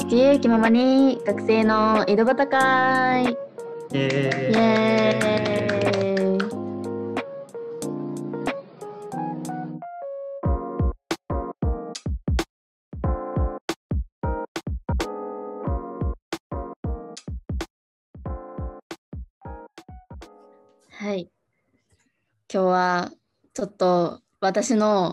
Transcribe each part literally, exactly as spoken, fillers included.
自由気ままに学生の井戸端会イイエエーイ。はい、今日はちょっと私の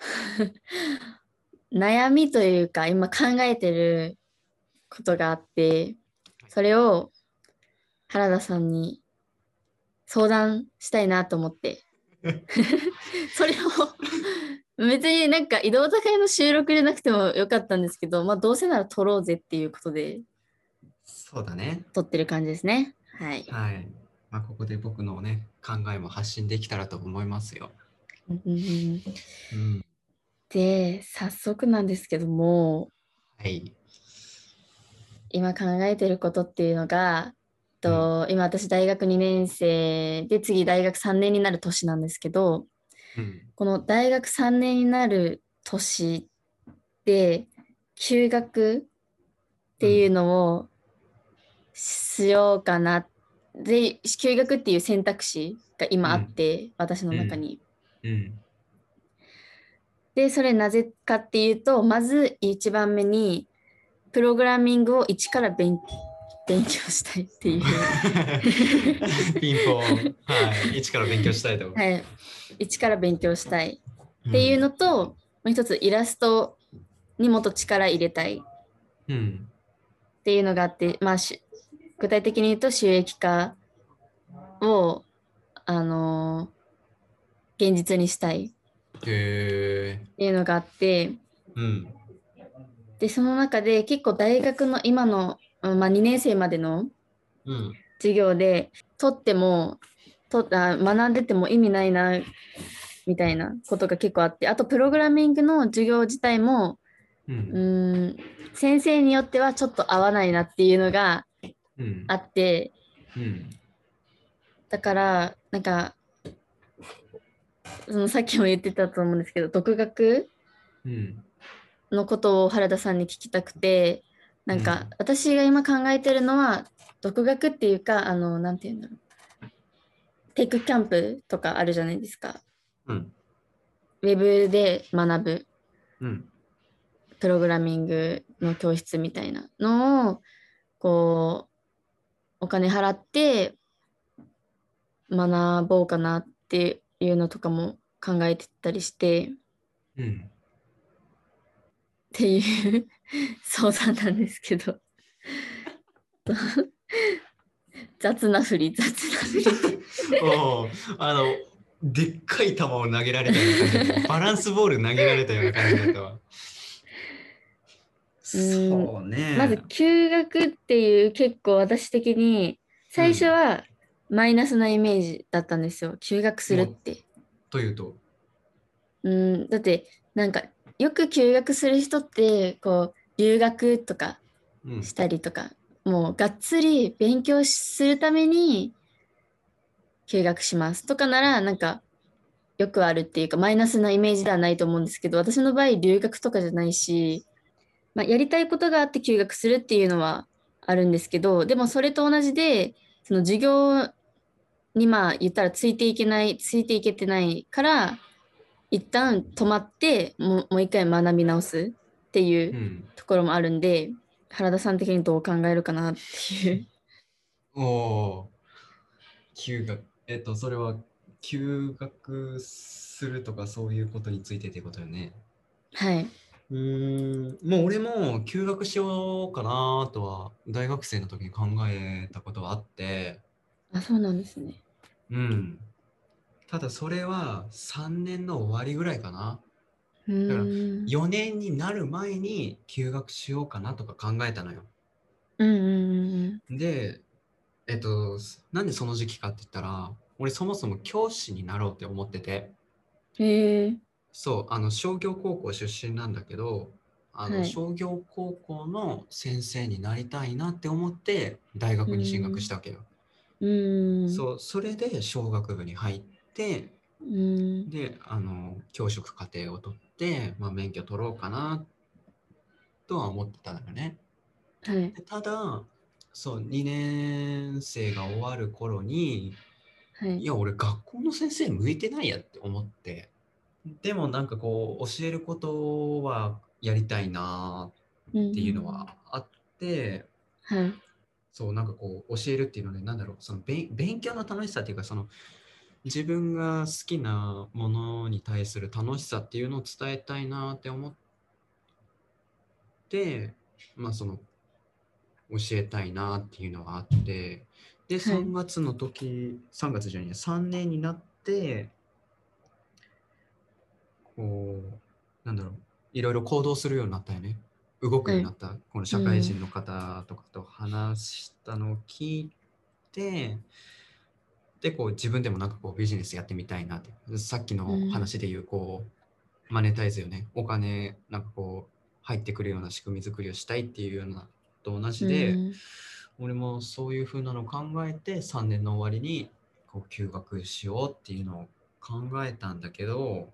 悩みというか今考えてることがあって、それを原田さんに相談したいなと思ってそれを別になんか移動高いの収録じゃなくてもよかったんですけど、まあどうせなら撮ろうぜっていうことでそうだね。 撮ってる感じですね。はい。 はい。まあ、ここで僕のね、考えも発信できたらと思いますよ。 うんうんうんうん。 で、早速なんですけども、 はい。 今考えてることっていうのが、 うん。 と今私大学にねん生で次大学さんねんになる年なんですけど、 うん。 この大学さんねんになる年で休学っていううん。 のをしようかな。で、休学っていう選択肢が今あっうん。 て、私のうん。 中に。 うん。 で、それなぜかっていうと、まず一番目に、プログラミングを一から勉勉強したいっていうピンポン。はい。一から勉強したいと。 はい。一から勉強したいっていううん。 のと、もう一つイラストにもっと力入れたいうん。 っていうのがあって、まあ、具体的に言うと収益化を、あのー現実にしたいへえ。 っていうのがあって、 うん。 で、その中で結構大学の今の、まあ、にねん生までのうん。 授業で取っても、とあ学んでても意味ないな、みたいなことが結構あって、あとプログラミングの授業自体も、 うん。 うーん、先生によってはちょっと合わないなっていうのがうん。 あって、 うん。 だから、なんか、そのさっきも言ってたと思うんですけど、独学うん。 のことを原田さんに聞きたくて、なんかうん。 私が今考えてるのは、独学っていうか、あの、なんていうんだろう、テイクキャンプとかあるじゃないですか。 うん。 ウェブで学ぶうん。 プログラミングの教室みたいなのを、こう、お金払って学ぼうかなっていうのとかも考えてたりして、 うん。 っていう相談なんですけど雑なふり雑なふりおお、あの、でっかい球を投げられたような感じだった。バランスボール投げられたような感じだったわ。 うーん、 そうまずね。 休学っていう結構私的に最初うん。 はマイナスなイメージだったんですよ。休学するっもう、 て。 というと。 うーん、だってなんかよく休学する人ってこう留学とかうん。 したりとか、もうがっつり勉強するために休学しますとかならなんかよくあるっていうかマイナスなイメージではないと思うんですけど、私の場合留学とかじゃないし、まあ、やりたいことがあって休学するっていうのはあるんですけど、でもそれと同じでその授業にまあ言ったらついていけないついていけてないから一旦止まってもう、もう一回学び直すっていううん。 ところもあるんで、原田さん的にどう考えるかなっていう。 おお、休学。えっと、それは、休学するとかそういうことについてっていうことよね。 はい。 うーん、もう俺も休学しようかなとは、大学生の時に考えたことはあって、 あ、そうなんですね。 うん。ただそれはさんねんの終わりぐらいかな。 うだからーん。 よねんになる前に休学しようかなとか考えたのよ。 うんうんで、えっと、なんでその時期かって言ったら、俺そもそも教師になろうって思ってて、 うん。へえ。 そう、あの商業高校出身なんだけど、あのはい。 商業高校の先生になりたいなって思って大う学に進学しん。 たわけよ。 うん。 そう、それで商学部に入って、 うん。 で、あの、教職課程を取って、まあ、免許取ろうかなとは思ってたんだよね。 はいでただ、そう、にねん生が終わる頃に、 はいいや、俺学校の先生向いてないやって思って、でもなんかこう、教えることはやりたいなうんうっていうのんはあって、 はいそう、なんかこう、教えるっていうので、なんだろう、その勉勉強の楽しさっていうか、その、自分が好きなものに対する楽しさっていうのを伝えたいなって思って、まあその、教えたいなっていうのはあって、で、 はいさんがつの時、さんがつじゃないや、さんねんになって、こう、なんだろう、いろいろ行動するようになったよね。動くよはいうになった。このう社会人んの方とかと話したのを聞いて、で、こう自分でもなんかこうビジネスやってみたいなって。さっきのうん話で言う、こう、マネタイズよね。お金、なんかこう、入ってくるような仕組み作りをしたいっていうようなと同うじで、 ん俺もそういう風なのを考えてさんねんの終わりにこう休学しようっていうのを考えたんだけど、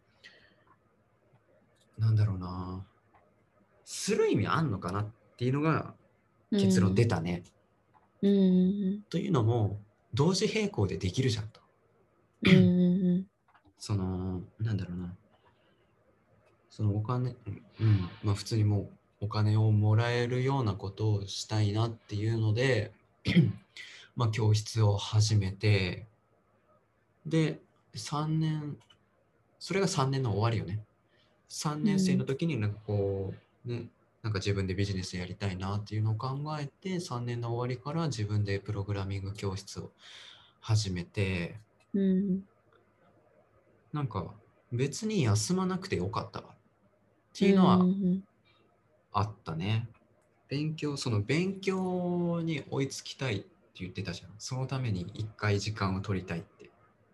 なんだろうな、する意味あんのかなっていうのがう結論出んたね。 うんというのも、同時並行でできるじゃんと。 うんうんその、なんだろうな、そのお金、うん、まあ普通にもうお金をもらえるようなことをしたいなっていうので、まあ教室を始めて、で、さんねん、それがさんねんの終わりよね。さんねん生の時になんかこう、ね、なんか自分でビジネスやりたいなっていうのを考えて、さんねんの終わりから自分でプログラミング教室を始めて、 うんなんか別に休まなくてよかったわっうていうのはんあったね。勉強、その勉強に追いつきたいって言ってたじゃん。そのために一回時間を取りたいって。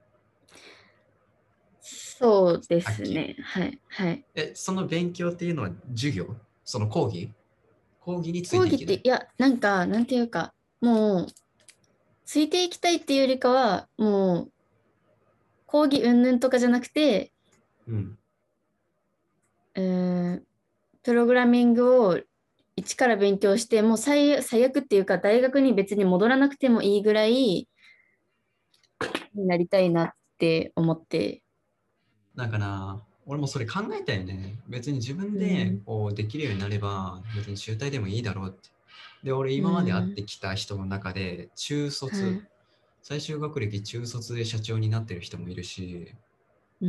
そうでさっき。 すね。はいはいえ、その勉強っていうのは授業、その講義講義につい講義って、 ていけない。 いや、なんか、なんていうか、もう、ついていきたいっていうよりかは、もう、講義云々とかじゃなくて、 うん。 えープログラミングを一から勉強して、もう最、最悪っていうか、大学に別に戻らなくてもいいぐらいになりたいなって思って。 だから、俺もそれ考えたよね。別に自分でうん、 こうできるようになれば、別に中退でもいいだろうって。で、俺う今まで会っん、 てきた人の中で、中卒、 はい。 最終学歴中卒で社長になってる人もいるし、 うん、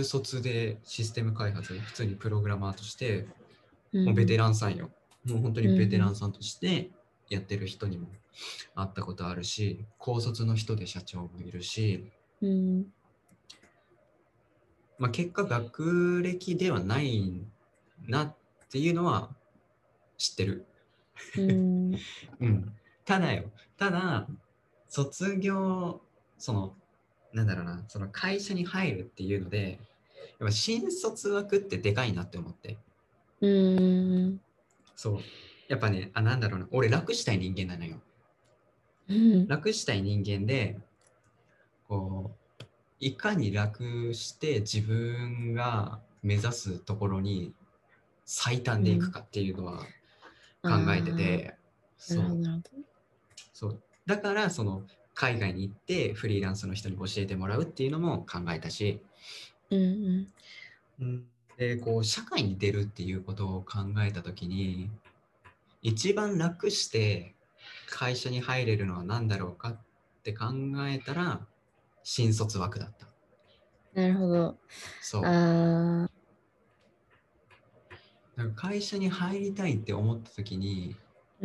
中卒でシステム開発、普通にプログラマーとして、もうベテうん、 ランさんよ。もう本当にうん、 ベテうん、 ランさんとしてやってる人にも会ったことあるし、高卒の人で社長もいるし、 うん、 まあ、結果学歴ではないなっていうのは知ってる。 うん、 うん。ただよ、ただ、卒業、その、なんだろうな、その会社に入るっていうので、やっぱ新卒枠ってでかいなって思って。 うん、 そう。やっぱね、あ、なんだろうな、俺楽したい人間なのよ。 うん、 楽したい人間で、こう、いかに楽して自分が目指すところに最短でいくうん。 かっていうのはあ考えてあ、 て、 なるほど、 そう、 なるほど。 そう。だから、その、海外に行ってフリーランスの人に教えてもらうっていうのも考えたし、 うん、 うん、で、こう、社会に出るっていうことを考えたときに、一番楽して会社に入れるのは何だろうかって考えたら、新卒枠だった。 なるほど。 そう。 ああ、 だから会社に入りたいって思ったときに、 うん、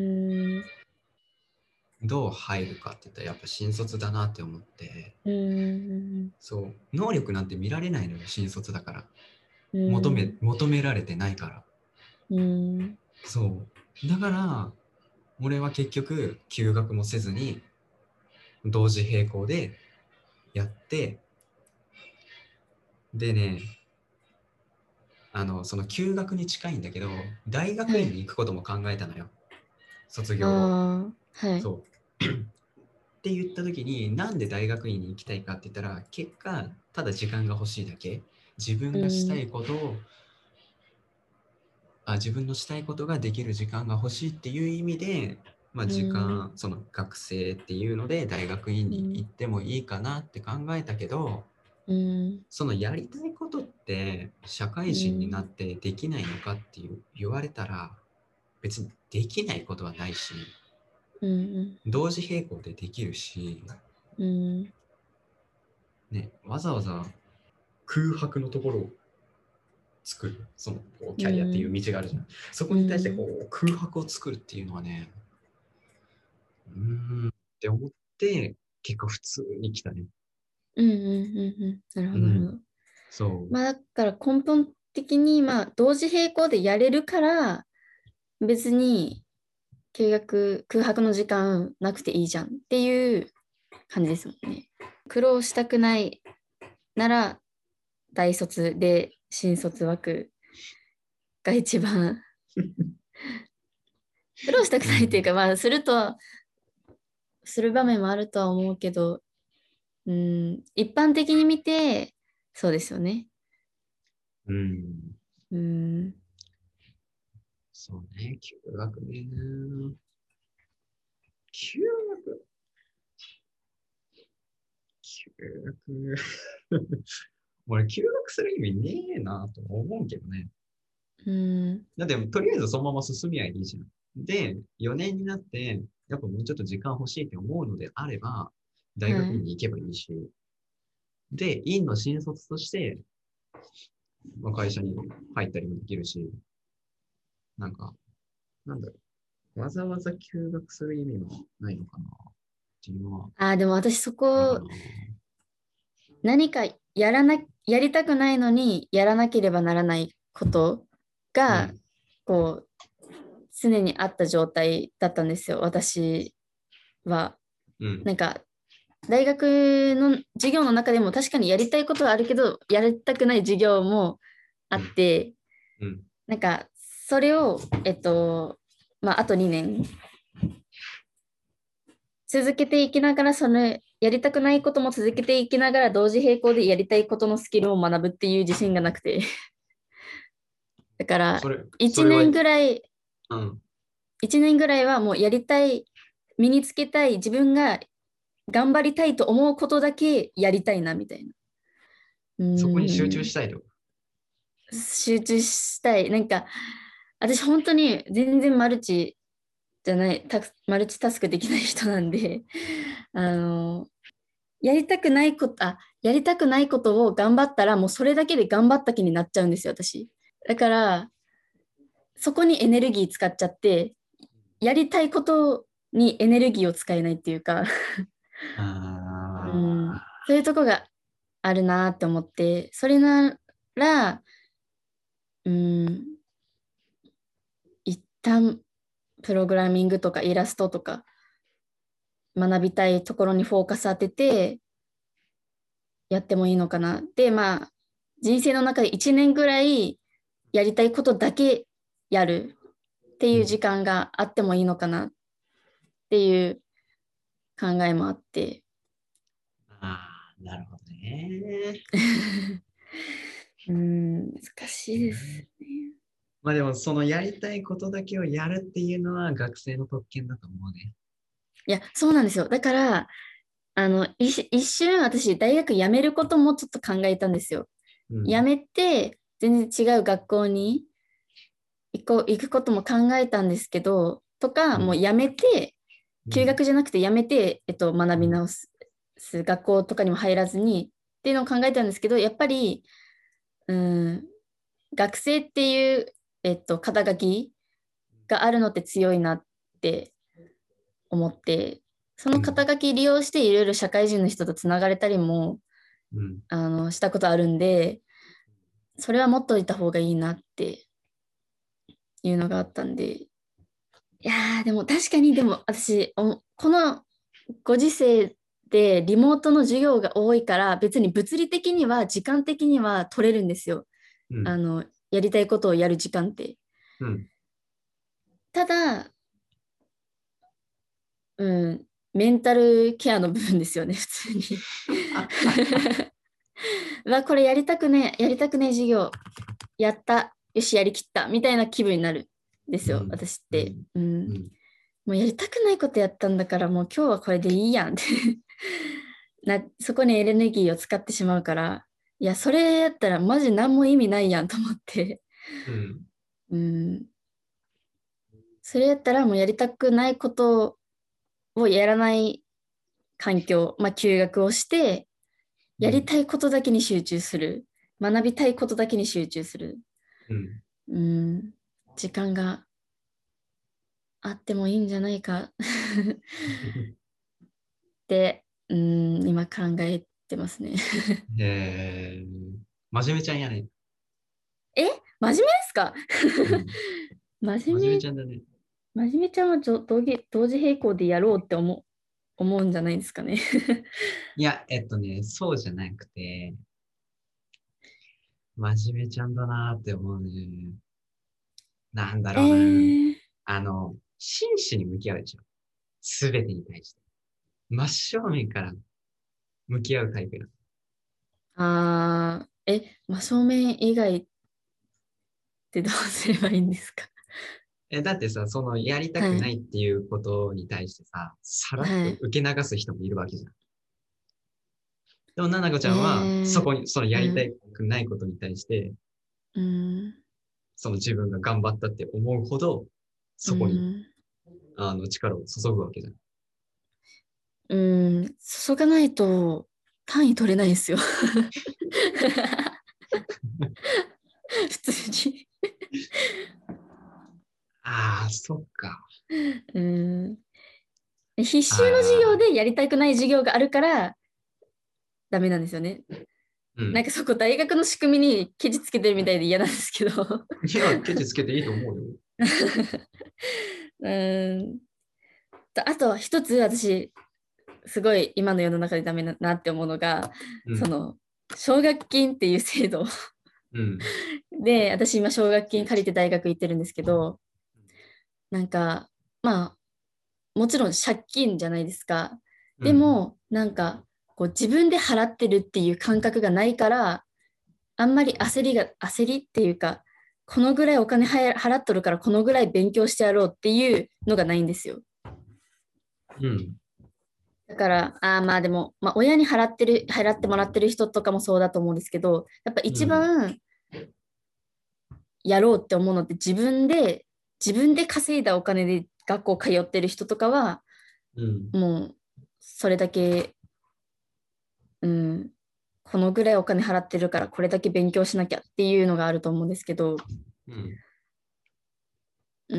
どう入るかって言ったらやっぱ新卒だなって思って、 うん、 そう、能力なんて見られないのよ、新卒だから。 う求め、 ん、 求められてないから。 うん、 そう。だから、俺は結局、休学もせずに、同時並行でやって、でね、あの、その休学に近いんだけど、大学はい。 院に行くことも考えたのよ。卒業後。 ああ、はい。 そう。って言った時に、なんで大学院に行きたいかって言ったら、結果、ただ時間が欲しいだけ。自分がしたうん、 いことをあ自分のしたいことができる時間が欲しいっていう意味で、まあ、時間、その学生っていうので大学院に行ってもいいかなって考えたけど、 うん、 そのやりたいことって社会人になってできないのかっていう言われたら別にできないことはないし、 うん、 同時並行でできるし、 うん、 ね、わざわざ空白のところを作る、そのこうキャリアっていう道があるじゃん。そこに対してこう空白を作るっていうのはね、うーんって思って結果普通に来たね。 うん、うん、うん、なるほど、なるほど。 そう。 まあ、だから根本的に、まあ、同時並行でやれるから、別に休学、空白の時間なくていいじゃんっていう感じですもんね。苦労したくないなら、大卒で新卒枠が一番苦労したくないっていうか、まあ、すると、する場面もあるとは思うけど、うん、一般的に見て、そうですよね。 うん。 うん、 そうね、休学ね。休学休学俺、休学する意味ねえなと思うけどね。 うん、 だって、とりあえずそのまま進みゃいいじゃん。で、よねんになって、やっぱもうちょっと時間欲しいって思うのであれば、大学はい。 院に行けばいいし、で、院の新卒として、まあ、会社に入ったりもできるし、なんか、なんだろう、わざわざ休学する意味はないのかなっていうのはああ、でも私そこ、 あるかな。 何かやらな、やりたくないのにやらなければならないことが、 うん、 こう、常にあった状態だったんですよ、私は。 うん、 なんか、大学の授業の中でも確かにやりたいことはあるけど、やりたくない授業もあうん、 って、 うん、 なんか、それを、えっと、まあ、あとにねん続けていきながら、その、やりたくないことも続けていきながら、同時並行でやりたいことのスキルを学ぶっていう自信がなくて。だから、 それ、そ 1 れは、 年ぐらい、 うん、 いちねんぐらいはもうやりたい、身につけたい、自分が頑張りたいと思うことだけやりたいな、みたいな。うそこに集中ーん、 したいと。 集中したい。なんか、私本当に全然マルチじゃない、タクマルチタスクできない人なんで、あの、やりたくないこと、あ、やりたくないことを頑張ったら、もうそれだけで頑張った気になっちゃうんですよ、私。だから、そこにエネルギー使っちゃって、やりたいことにエネルギーを使えないっていうか、うん、 あそういうとこがあるなって思って、それなら、うん、一旦プログラミングとかイラストとか学びたいところにフォーカス当ててやってもいいのかな。で、まあ、人生の中でいちねんぐらいやりたいことだけやるってー、ういうん、 時間があってもいいのかなっていう考えもあって。 あー、なるほどね。 うん、難しいですねね。 まあでも、そのやりたいことだけをやるっていうのは学生の特権だと思うね。 いや、そうなんですよ。だから、あの、一一瞬私、大学辞めることもちょっと考えたんですよ。 うん、 辞めて、全然違う学校に行こう、行くことも考えたんですけど、とか、もううん、 辞めて、 うん、 休学じゃなくて辞めて、えっと、学うん、 び直す学校とかにも入らずにっていうのを考えたんですけど、やっぱり、うん、学生っていう、えっと、肩書きがあるのって強いなって思って、そのうん、 肩書き利用していろいろ社会人の人とつながれたりもうん。 あのしたことあるんで、それは持っといた方がいいなっていうのがあったんで、いやーでも確かにでも私おこのご時世でリモートの授業が多いから別に物理的には時間的には取れるんですよ。 うん、 あのやりたいことをやる時間って。 うん。 ただ、うん、メンタルケアの部分ですよね、普通に。うわ、これやりたくねえ、やりたくねえ授業、やった。 よし、やりきったみたいな気分になるんですよ、 うん。 私って。 うん。 うん。 うん。 もうやりたくないことやったんだから、もう今日はこれでいいやんってな、そこにエネルギーを使ってしまうから、いや、それやったらマジ何も意味ないやんと思って、 うん。 うん。それやったらもうやりたくないことをやらない環境、まあ、休学をして、やりうん。 たいことだけに集中する。学びたいことだけに集中する。 うん。 うん。時間があってもいいんじゃないかって、うん、今考えてますね。 へえ、真面目ちゃんやね。 え、真面目ですか？ うん。真面目真面目、 ちゃんだね。 真面目ちゃんはちょ同時同時並行でやろうって思う、思うんじゃないですかね。 いや、えっとね、そうじゃなくて、真面目ちゃんだなって思うね。なんだえろうな。 ー、 あの、真摯に向き合うでしょ。すべてに対して。真正面から向き合うタイプなの。 あー、え、真正面以外ってどうすればいいんですか？ え、だってさ、そのやりたくなはい、 いっていうことに対してさ、さらっとはい。 受け流す人もいるわけじゃん。でも、ななこちえゃんは、そー、 こに、そのやりたはい、 くないことに対して、 うん、 その自分が頑張ったって思うほど、 うそこに、 ん、 あの、力を注ぐわけじゃん。 うん、注がないと単位取れないですよ。普通に。 ああ、そっか。 うん。必修の授業ああ、 でやりたくない授業があるからダメなんですよね。 うん。 なんかそこ大学の仕組みにケチつけてるみたいで嫌なんですけど。 いや、ケチつけていいと思うよ。 うん。とあと一つ私、すごい今の世の中でダメだなって思うのが、 うん、 その、奨学金っていう制度うん、 で、私今奨学金借りて大学行ってるんですけど、なんか、まあ、もちろん借金じゃないですか。 うん、 でも、なんか、こう自分で払ってるっていう感覚がないから、あんまり焦りが、焦りっていうか、このぐらいお金はや払っとるからこのぐらい勉強してやろうっていうのがないんですよ。 うん、 だから、あーまあでも、まあ親に払ってる、払ってもらってる人とかもそうだと思うんですけど、やっぱ一うん、 番やろうって思うのって自分で、自分で稼いだお金で学校通ってる人とかは、 うん、 もうそれだけ、うん、このぐらいお金払ってるからこれだけ勉強しなきゃっていうのがあると思うんですけど、 うん、 うん、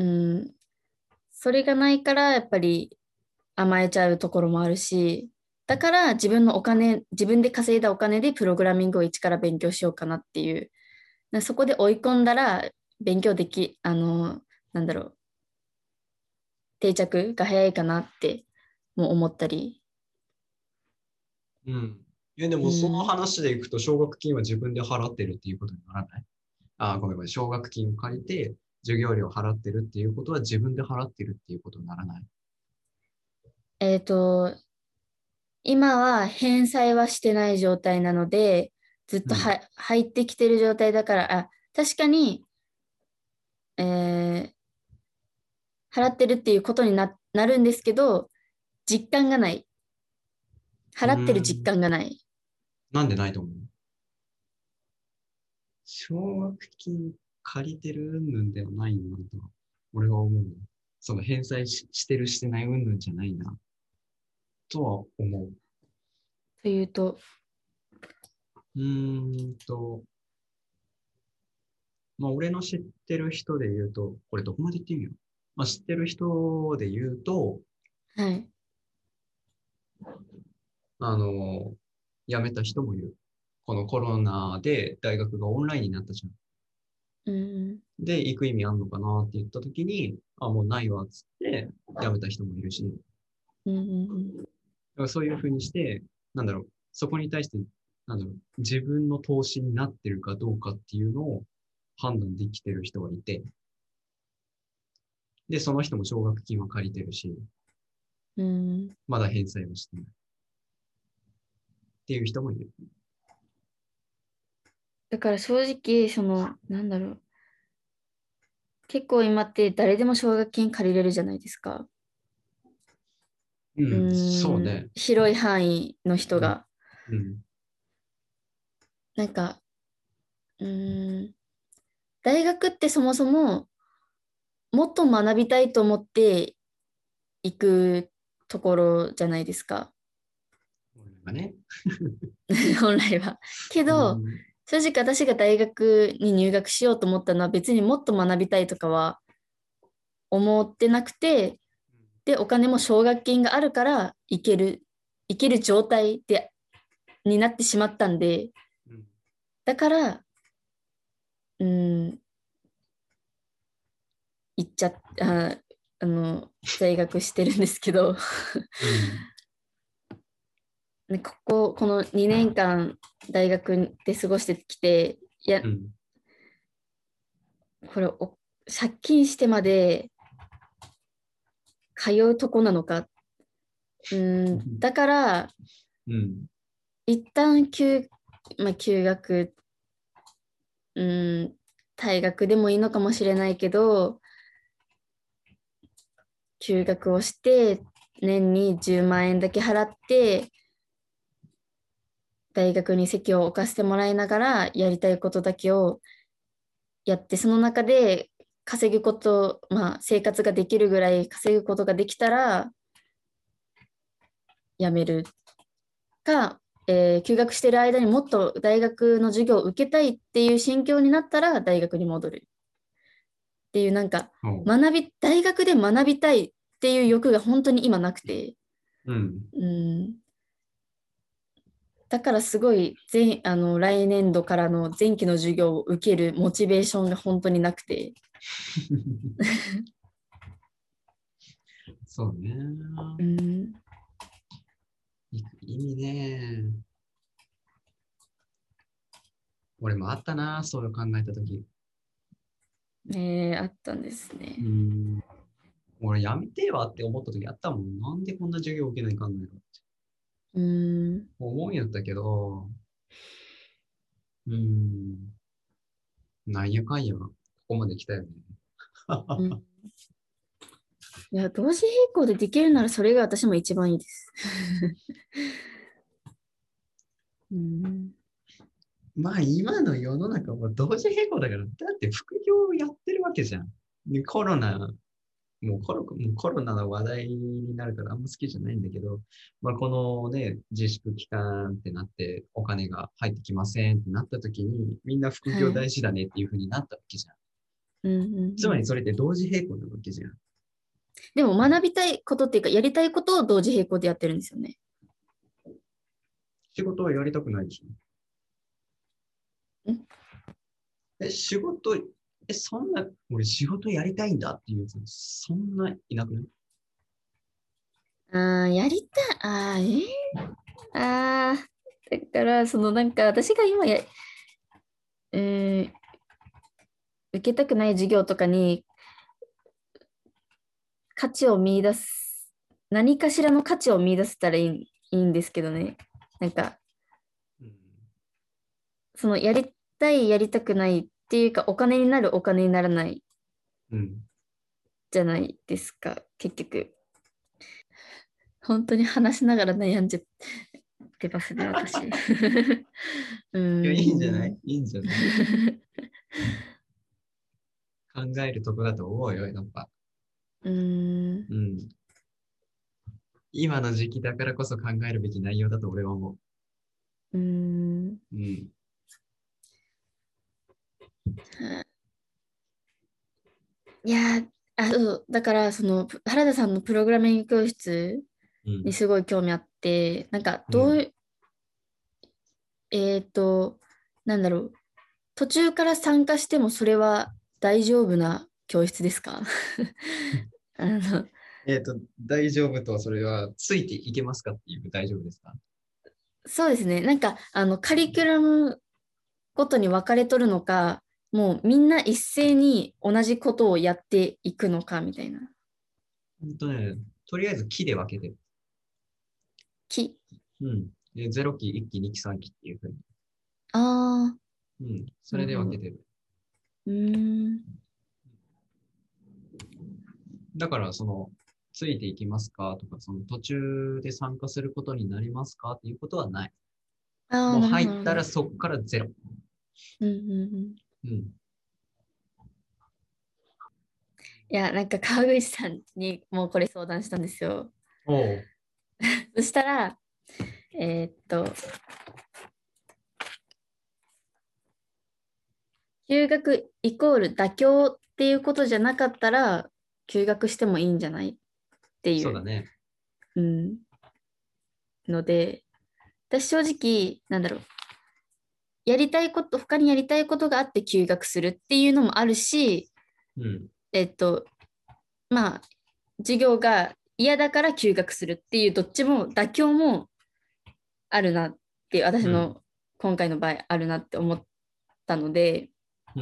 それがないからやっぱり甘えちゃうところもあるし、だから自分のお金、自分で稼いだお金でプログラミングを一から勉強しようかなっていう、そこで追い込んだら勉強でき、あの、なんだろう、定着が早いかなっても思ったり、 うん。いや、でうもそのん、 話でいくと、奨学金は自分で払ってるっていうことにならない？ああ、ごめんごめん。奨学金を借りて、授業料払ってるっていうことは自分で払ってるっていうことにならない？ えっと、今は返済はしてない状態なので、ずっうん。 とは入ってきてる状態だから、あ、確かに、えー払ってるっていうことにな、なるんですけど、実感がない。 う払ってる実ーん。 感がない。 なんでないと思う？奨学金借りてる云々ではないなとは、俺は思う。その返済し、してるしてない云々じゃないな、とは思う。 というと、 うーんと、まあ俺の知ってる人で言うと、これどこまで言っていいの？まあ知ってる人で言うと、 はい。 あの、辞めた人もいる。このコロナで大学がオンラインになったじゃん。 うん、 で、行く意味あんのかなって言った時に、あ、もうないわ、っつって辞めた人もいるし、 うん、うん、 だからそういうふうにして、なんだろう、そこに対して、なんだろう、自分の投資になってるかどうかっていうのを判断できてる人がいて、で、その人も奨学金は借りてるし、 うん。 まだ返済はしてないっていう人もいる。 だから正直、その、なんだろう。 結構今って誰でも奨学金借りれるじゃないですか。ううん、そうーん、 ね。 広い範囲の人うん、 が。 うん、 なんか、うーん、大学ってそもそももっと学びたいと思って行くところじゃないですか。 まあね。 本来は。けど、 うん、 正直私が大学に入学しようと思ったのは別にもっと学びたいとかは思ってなくて、で、お金も奨学金があるから行ける、行ける状態で、になってしまったんで、 うん、 だから、うん、行っちゃっあ、あの、在学してるんですけど、 うん、 ねここ、このにねんかん大学で過ごしてきて、いや、 うん、 これお、借金してまで通うとこなのか。うん、だから、 うん、 一旦休、まあ、休学、うん、退学でもいいのかもしれないけど、休学をして、年にじゅうまん円だけ払って、大学に籍を置かせてもらいながら、やりたいことだけをやって、その中で稼ぐこと、まあ、生活ができるぐらい稼ぐことができたら、辞めるか、えー休学してる間にもっと大学の授業を受けたいっていう心境になったら大学に戻るっていうなんかほう、 学び大学で学びたいっていう欲が本当に今なくて、 うん。 うん、だからすごい前あの来年度からの前期の授業を受けるモチベーションが本当になくて、 そうね。 うん、 い意味ね。俺もあったな、そういう考えたとき。 えーあったんですうね。 ん。俺やめてえわって思ったときあったもん。なんでこんな授業受けないかんないのってうん、 思うんやったけど、うん。なんやかんや、ここまで来たよね。 うん、いや同時並行でできるならそれが私も一番いいです。うん、 まあ今の世の中は同時並行だから、だって副業やってるわけじゃん。でコロナ、もうコロ、もうコロナの話題になるからあんま好きじゃないんだけど、まあこのね、自粛期間ってなってお金が入ってきませんってなった時に、みんな副業はい。 大事だねっていう風になったわけじゃん。 うんうんうん、 つまりそれって同時並行なわけじゃん。 でも学びたいことっていうか、やりたいことを同時並行でやってるんですよね。 仕事はやりたくないでしょ。 んえ、仕事、え、そんな、俺仕事やりたいんだっていうやつ、そんないなくない？ あーやりたい。あーえー、あーだから、そのなんか私が今や、うーん、受けたくない授業とかに価値を見出す、何かしらの価値を見出せたらいい、いいんですけどね。なんか、 うん。 そのやりたい、やりたくないっていうか、お金になる、お金にならないうん。 じゃないですか、結局。本当に話しながら悩んじゃってますね、私。ういや、いいんじゃなーん。 いいいんじゃない？考えるとこだと思うよ、やっぱ。 うーん。 うん。今の時期だからこそ考えるべき内容だと俺は思うーん。 う。うん。 いやー、あ、そう、だから、その、プ原田さんのプログラミング教室うん。 にすごい興味あって、なんか、 うん。 どう、えっと、なんだろう、途中から参加してもそれは大丈夫な教室ですか？あの、 えっと、大丈夫とそれはついていけますかっていう大丈夫ですか？ そうですね。なんか、あの、カリキュラムごとに分かれとるのか、もうみんな一斉に同じことをやっていくのかみたいな。 ほんとね、とりあえず期で分けてる。 き、 うん。で、ゼロ期、いっ期、に期、さん期っていうふうに。 ああ、 うん。それなるほど。 で分けてる。 うーん。 だから、その、ついていきますかとか、その途中で参加することになりますかっていうことはない。 ああ、 もうなるほど、 入ったらなるほど。 そこからゼロ。 うんうんうん。 うん。 いや、なんか川口さんにもうこれ相談したんですよ。 おう。 そしたら、えーっと、休学イコール妥協っていうことじゃなかったら、休学してもいいんじゃないっていう、 そうだね。 うん、ので、私正直、なんだろう、やりたいこと、他にやりたいことがあって休学するっていうのもあるし、 うん。 えっと、まあ、授業が嫌だから休学するっていう、どっちも妥協もあるなっていう、私うん。 の今回の場合あるなって思ったので、 うん。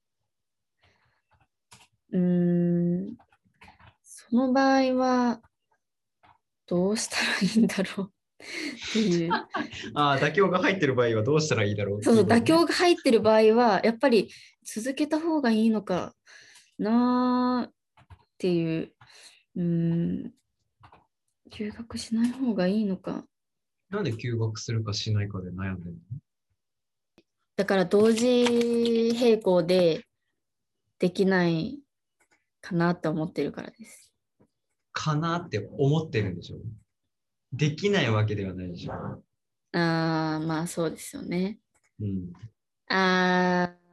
うーん、その場合はどうしたらいいんだろうっていう。 ああ、妥協が入ってる場合はどうしたらいいだろうっそうそう、 ていうことね。 妥協が入ってる場合は、やっぱり続けた方がいいのかなっていう、うーん、休学しない方がいいのか。 なんで休学するかしないかで悩んでるの？ だから同時並行でできないかなと思ってるからです。 かなって思ってるんでしょ？できないわけではないでしょ？ ああ、まあそうですよね。 うん。 ああ、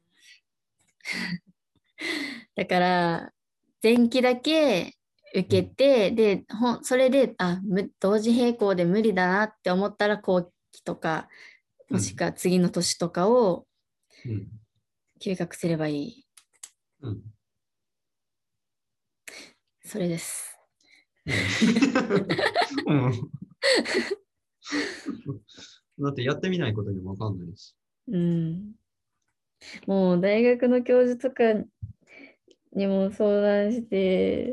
だから前期だけ受うん。 けて、で、ほん、それで、あ、む同時並行で無理だなって思ったら後期とか、もしくうん。 は次の年とかをうん。 休学すればいい。 うん。 それです。 うん。うん。だってやってみないことにもわかんないし。 うん。もう大学の教授とかにも相談して、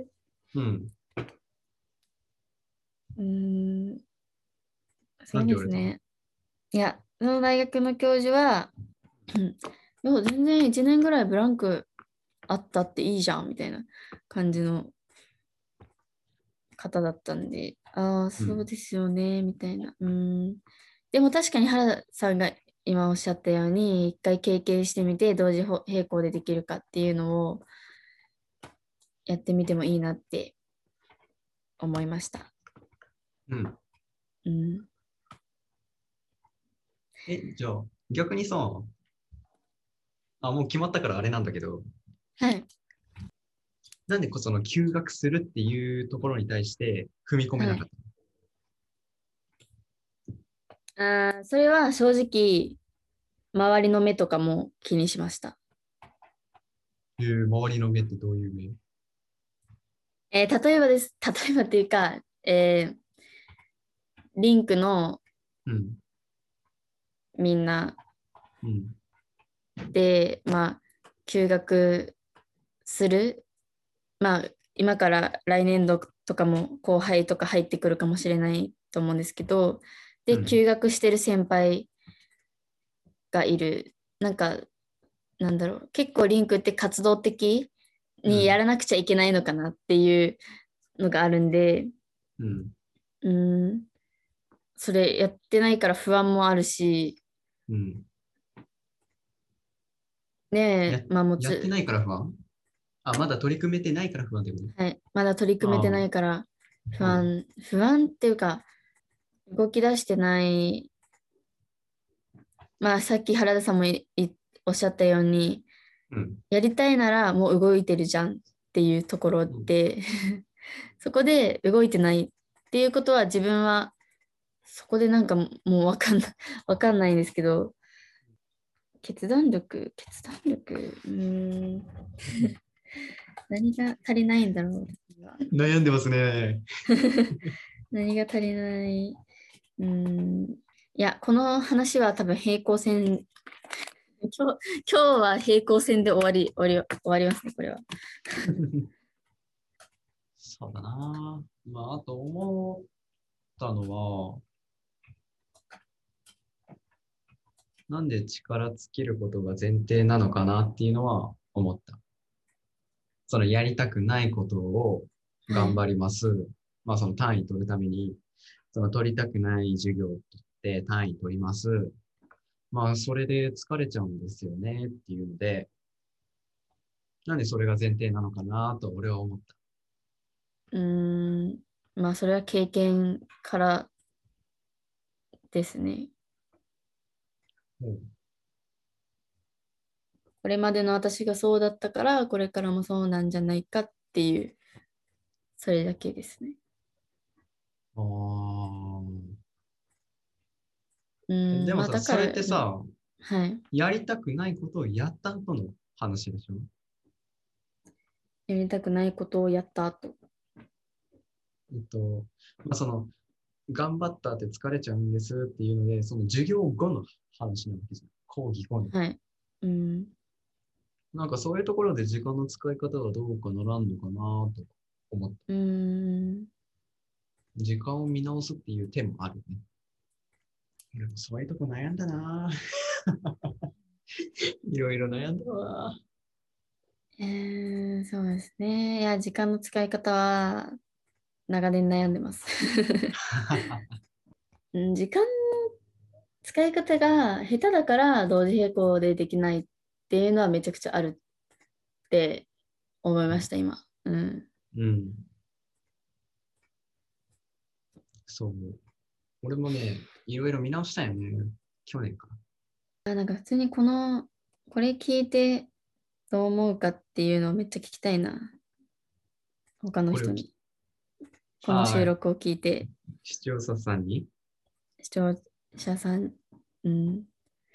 うん。 うん、そうなんて言われたの？ ですね。いや、その大学の教授は、うん、いや全然いちねんぐらいブランクあったっていいじゃんみたいな感じの方だったんで、ああ、 うん。 そうですよね、みたいな。うん。でも確かに原田さんが今おっしゃったように、一回経験してみて、同時並行でできるかっていうのをやってみてもいいなって思いました。 うん。 うん。 え、じゃあ、逆にさ、あ、もう決まったからあれなんだけど、 はい。 なんでこその休学するっていうところに対して踏み込めはい。 なかったあー、それは正直、周りの目とかも気にしました。 の？いう周りの目ってどういう目？ えー例えばです。例えばっていうか、えーリンクのうん。 みんなうん。 で、まあ、休学する。まあ、今から来年度とかも後輩とか入ってくるかもしれないと思うんですけど、で、 うん。 休学してる先輩がいる。なんか、なんだろう、結構リンクって活動的にやうん。 らなくちゃいけないのかなっていうのがあるんで、 うん。 うーん、それやってないから不安もあるし、 うん。や、 ねえ、まあもつ、 やってないから不安？あ、まだ取り組めてないから不安ってこはい、まだ取りと？ 組めてああ。 ないから不うん。 安、不安っていうか、動き出してない、まあさっき原田さんもいいおっしゃったように、 うん。 やりたいならもう動いてるじゃんっていうところうん。 で、そこで動いてないっていうことは自分はそこでなんかもうわかんない、わかんないんですけど、決断力、決断力、うーん、何が足りないんだろう。 悩んでますね。 何が足りない。うーん。いや、この話は多分平行線、今日、今日は平行線で終わり、終わり、終わりますね、これは。 そうだな。まあ、あと思ったのは、なんで力尽きることが前提なのかなっていうのは思った。 そのやりたくないことを頑張ります。はい、まあその単位取るために、その取りたくない授業を取って単位取ります。まあそれで疲れちゃうんですよねっていうので、なんでそれが前提なのかなと俺は思った。 うーん、まあそれは経験からですね。 うん、 これまでの私がそうだったから、これからもそうなんじゃないかっていう、それだけですね。 あーうん、 でもさ、 まあだから、 それってさ、 はい。 やりたくないことをやった後の話でしょ？ やりたくないことをやった後。 えっと、まあその、頑張ったって疲れちゃうんですっていうので、その授業後の話なわけじゃん。講義後の。 はい。うん。 なんかそういうところで時間の使い方がどうかならんのかなと思った。 うーん。 時間を見直すっていう手もあるね。でもそういうとこ悩んだないろいろ悩んだわ。 えー、そうですね。いや、時間の使い方は長年悩んでます。うん、時間の使い方が下手だから同時並行でできないっていうのはめちゃくちゃあるって思いました、今。うん。 うん。そう。俺もね、いろいろ見直したよね。去年かあ、なんか普通にこの、これ聞いてどう思うかっていうのをめっちゃ聞きたいな。他のこれをき、 人に。この収ああ、 録を聞いて、 視聴者さんに視聴者さん、うん。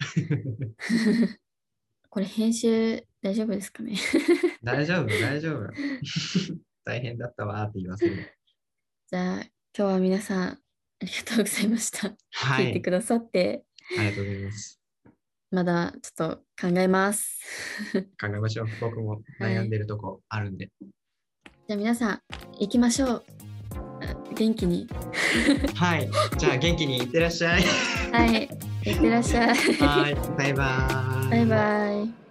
これ編集大丈夫ですかね？ 大丈夫、大丈夫。大変だったわーって言わせる。 じゃあ、今日は皆さんありがとうございました。 はい。 聞いてくださって、 ありがとうございます。 まだちょっと考えます。 考えましょう。僕もはい。 悩んでるとこあるんで。 じゃあ皆さん、行きましょう。元気に。 はい。じゃあ元気にいってらっしゃい。 はい。いってらっしゃい。 はい。バイバーイ。 バイバイ。